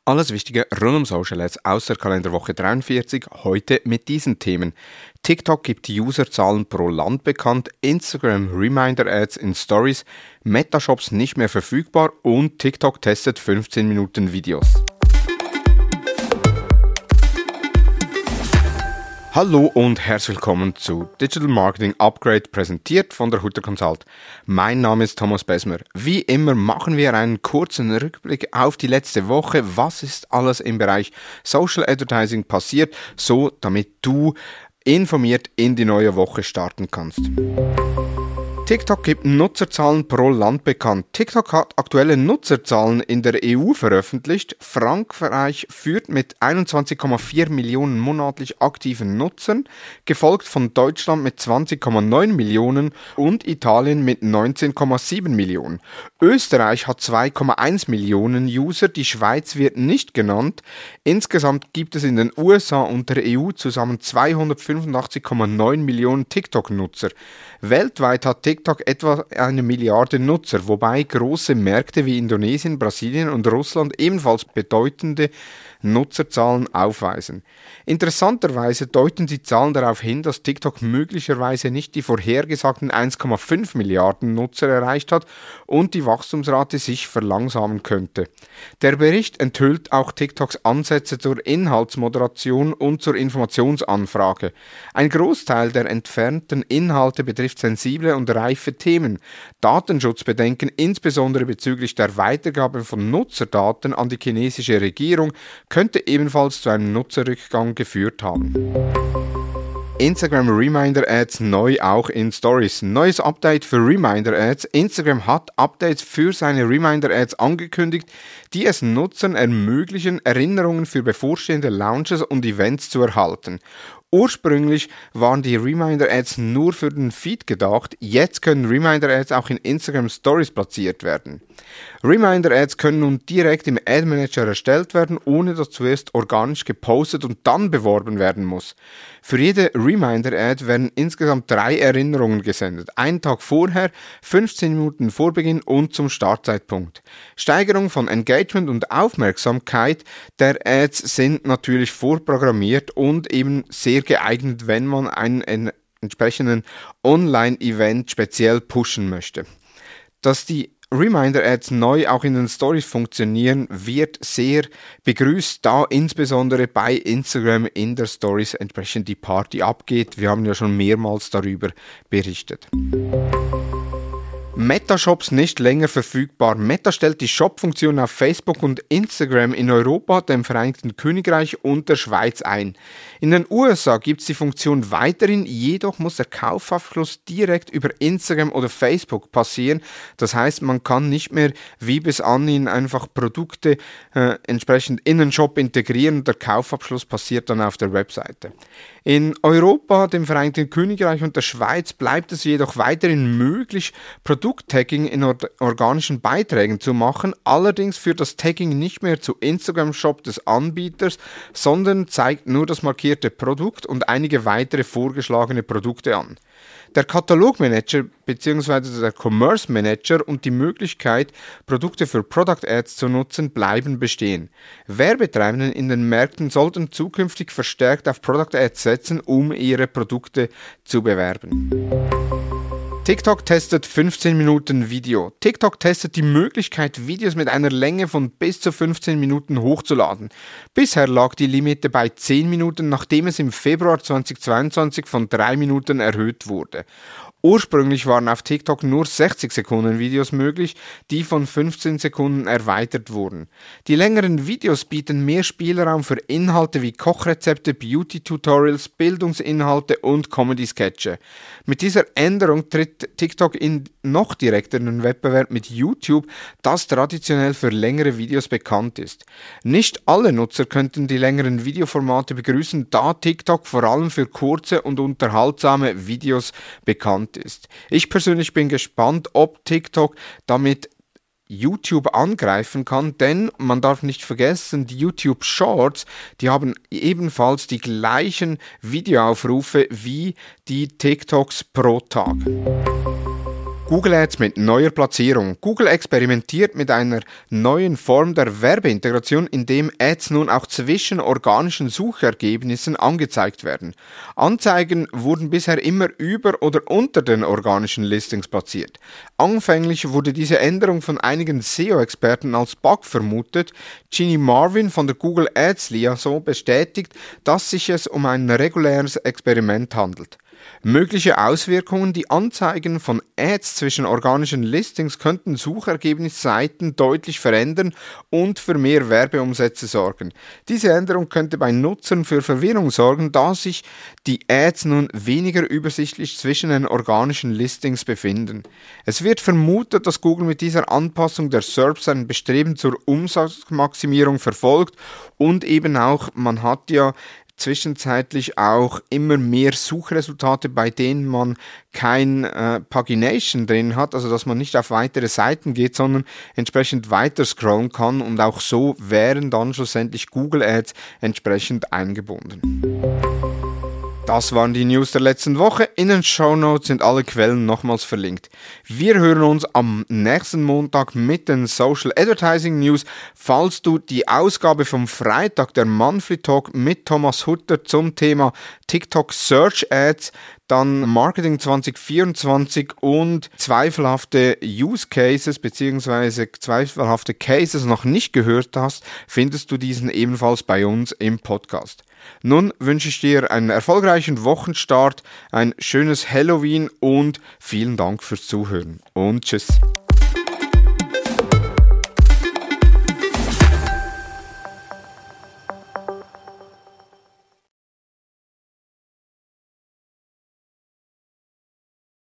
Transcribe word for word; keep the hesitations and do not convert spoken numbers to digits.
Alles Wichtige rund um Social Ads aus der Kalenderwoche dreiundvierzig, heute mit diesen Themen. TikTok gibt die Userzahlen pro Land bekannt, Instagram Reminder Ads in Stories, Meta-Shops nicht mehr verfügbar und TikTok testet fünfzehn Minuten Videos. Hallo und herzlich willkommen zu Digital Marketing Upgrade, präsentiert von der Hutter Consult. Mein Name ist Thomas Besmer. Wie immer machen wir einen kurzen Rückblick auf die letzte Woche. Was ist alles im Bereich Social Advertising passiert, so damit du informiert in die neue Woche starten kannst. TikTok gibt Nutzerzahlen pro Land bekannt. TikTok hat aktuelle Nutzerzahlen in der E U veröffentlicht. Frankreich führt mit einundzwanzig Komma vier Millionen monatlich aktiven Nutzern, gefolgt von Deutschland mit zwanzig Komma neun Millionen und Italien mit neunzehn Komma sieben Millionen. Österreich hat zwei Komma eins Millionen User, die Schweiz wird nicht genannt. Insgesamt gibt es in den U S A und der E U zusammen zweihundertfünfundachtzig Komma neun Millionen TikTok-Nutzer. Weltweit hat TikTok etwa eine Milliarde Nutzer, wobei große Märkte wie Indonesien, Brasilien und Russland ebenfalls bedeutende Nutzerzahlen aufweisen. Interessanterweise deuten die Zahlen darauf hin, dass TikTok möglicherweise nicht die vorhergesagten eins Komma fünf Milliarden Nutzer erreicht hat und die Wachstumsrate sich verlangsamen könnte. Der Bericht enthüllt auch TikToks Ansätze zur Inhaltsmoderation und zur Informationsanfrage. Ein Großteil der entfernten Inhalte betrifft sensible und reife Themen. Datenschutzbedenken, insbesondere bezüglich der Weitergabe von Nutzerdaten an die chinesische Regierung, könnte ebenfalls zu einem Nutzerrückgang geführt haben. Instagram Reminder Ads neu auch in Stories. Neues Update für Reminder Ads. Instagram hat Updates für seine Reminder Ads angekündigt, die es Nutzern ermöglichen, Erinnerungen für bevorstehende Launches und Events zu erhalten. Ursprünglich waren die Reminder Ads nur für den Feed gedacht, jetzt können Reminder Ads auch in Instagram Stories platziert werden. Reminder Ads können nun direkt im Ad Manager erstellt werden, ohne dass zuerst organisch gepostet und dann beworben werden muss. Für jede Reminder Ad werden insgesamt drei Erinnerungen gesendet, einen Tag vorher, fünfzehn Minuten vor Beginn und zum Startzeitpunkt. Steigerung von Engagement und Aufmerksamkeit der Ads sind natürlich vorprogrammiert und eben sehr geeignet, wenn man einen, einen entsprechenden Online-Event speziell pushen möchte. Dass die Reminder-Ads neu auch in den Stories funktionieren, wird sehr begrüßt, da insbesondere bei Instagram in der Stories entsprechend die Party abgeht. Wir haben ja schon mehrmals darüber berichtet. Meta-Shops nicht länger verfügbar. Meta stellt die Shop-Funktion auf Facebook und Instagram in Europa, dem Vereinigten Königreich und der Schweiz ein. In den U S A gibt es die Funktion weiterhin, jedoch muss der Kaufabschluss direkt über Instagram oder Facebook passieren. Das heißt, man kann nicht mehr wie bis anhin einfach Produkte äh, entsprechend in den Shop integrieren und der Kaufabschluss passiert dann auf der Webseite. In Europa, dem Vereinigten Königreich und der Schweiz bleibt es jedoch weiterhin möglich, Produkttagging in or- organischen Beiträgen zu machen. Allerdings führt das Tagging nicht mehr zu Instagram-Shop des Anbieters, sondern zeigt nur das markierte Produkt und einige weitere vorgeschlagene Produkte an. Der Katalogmanager bzw. der Commerce Manager und die Möglichkeit, Produkte für Product Ads zu nutzen, bleiben bestehen. Werbetreibenden in den Märkten sollten zukünftig verstärkt auf Product Ads setzen, um ihre Produkte zu bewerben. TikTok testet fünfzehn Minuten Video. TikTok testet die Möglichkeit, Videos mit einer Länge von bis zu fünfzehn Minuten hochzuladen. Bisher lag die Limite bei zehn Minuten, nachdem es im Februar zweitausendzweiundzwanzig von drei Minuten erhöht wurde. Ursprünglich waren auf TikTok nur sechzig Sekunden Videos möglich, die von fünfzehn Sekunden erweitert wurden. Die längeren Videos bieten mehr Spielraum für Inhalte wie Kochrezepte, Beauty-Tutorials, Bildungsinhalte und Comedy-Sketche. Mit dieser Änderung tritt TikTok in noch direkteren Wettbewerb mit YouTube, das traditionell für längere Videos bekannt ist. Nicht alle Nutzer könnten die längeren Videoformate begrüßen, da TikTok vor allem für kurze und unterhaltsame Videos bekannt ist. Ich persönlich bin gespannt, ob TikTok damit YouTube angreifen kann, denn man darf nicht vergessen, die YouTube Shorts, die haben ebenfalls die gleichen Videoaufrufe wie die TikToks pro Tag. Google Ads mit neuer Platzierung. Google experimentiert mit einer neuen Form der Werbeintegration, indem Ads nun auch zwischen organischen Suchergebnissen angezeigt werden. Anzeigen wurden bisher immer über oder unter den organischen Listings platziert. Anfänglich wurde diese Änderung von einigen S E O-Experten als Bug vermutet. Ginny Marvin von der Google Ads Liaison bestätigt, dass sich es um ein reguläres Experiment handelt. Mögliche Auswirkungen: Die Anzeigen von Ads zwischen organischen Listings könnten Suchergebnisseiten deutlich verändern und für mehr Werbeumsätze sorgen. Diese Änderung könnte bei Nutzern für Verwirrung sorgen, da sich die Ads nun weniger übersichtlich zwischen den organischen Listings befinden. Es wird vermutet, dass Google mit dieser Anpassung der S E R Ps ein Bestreben zur Umsatzmaximierung verfolgt und eben auch, man hat ja zwischenzeitlich auch immer mehr Suchresultate, bei denen man kein äh, Pagination drin hat, also dass man nicht auf weitere Seiten geht, sondern entsprechend weiter scrollen kann, und auch so wären dann schlussendlich Google Ads entsprechend eingebunden. Das waren die News der letzten Woche. In den Shownotes sind alle Quellen nochmals verlinkt. Wir hören uns am nächsten Montag mit den Social Advertising News. Falls du die Ausgabe vom Freitag, der Monthly Talk mit Thomas Hutter zum Thema TikTok Search Ads, dann Marketing zwanzig vierundzwanzig und zweifelhafte Use Cases bzw. zweifelhafte Cases noch nicht gehört hast, findest du diesen ebenfalls bei uns im Podcast. Nun wünsche ich dir einen erfolgreichen Wochenstart, ein schönes Halloween und vielen Dank fürs Zuhören und tschüss.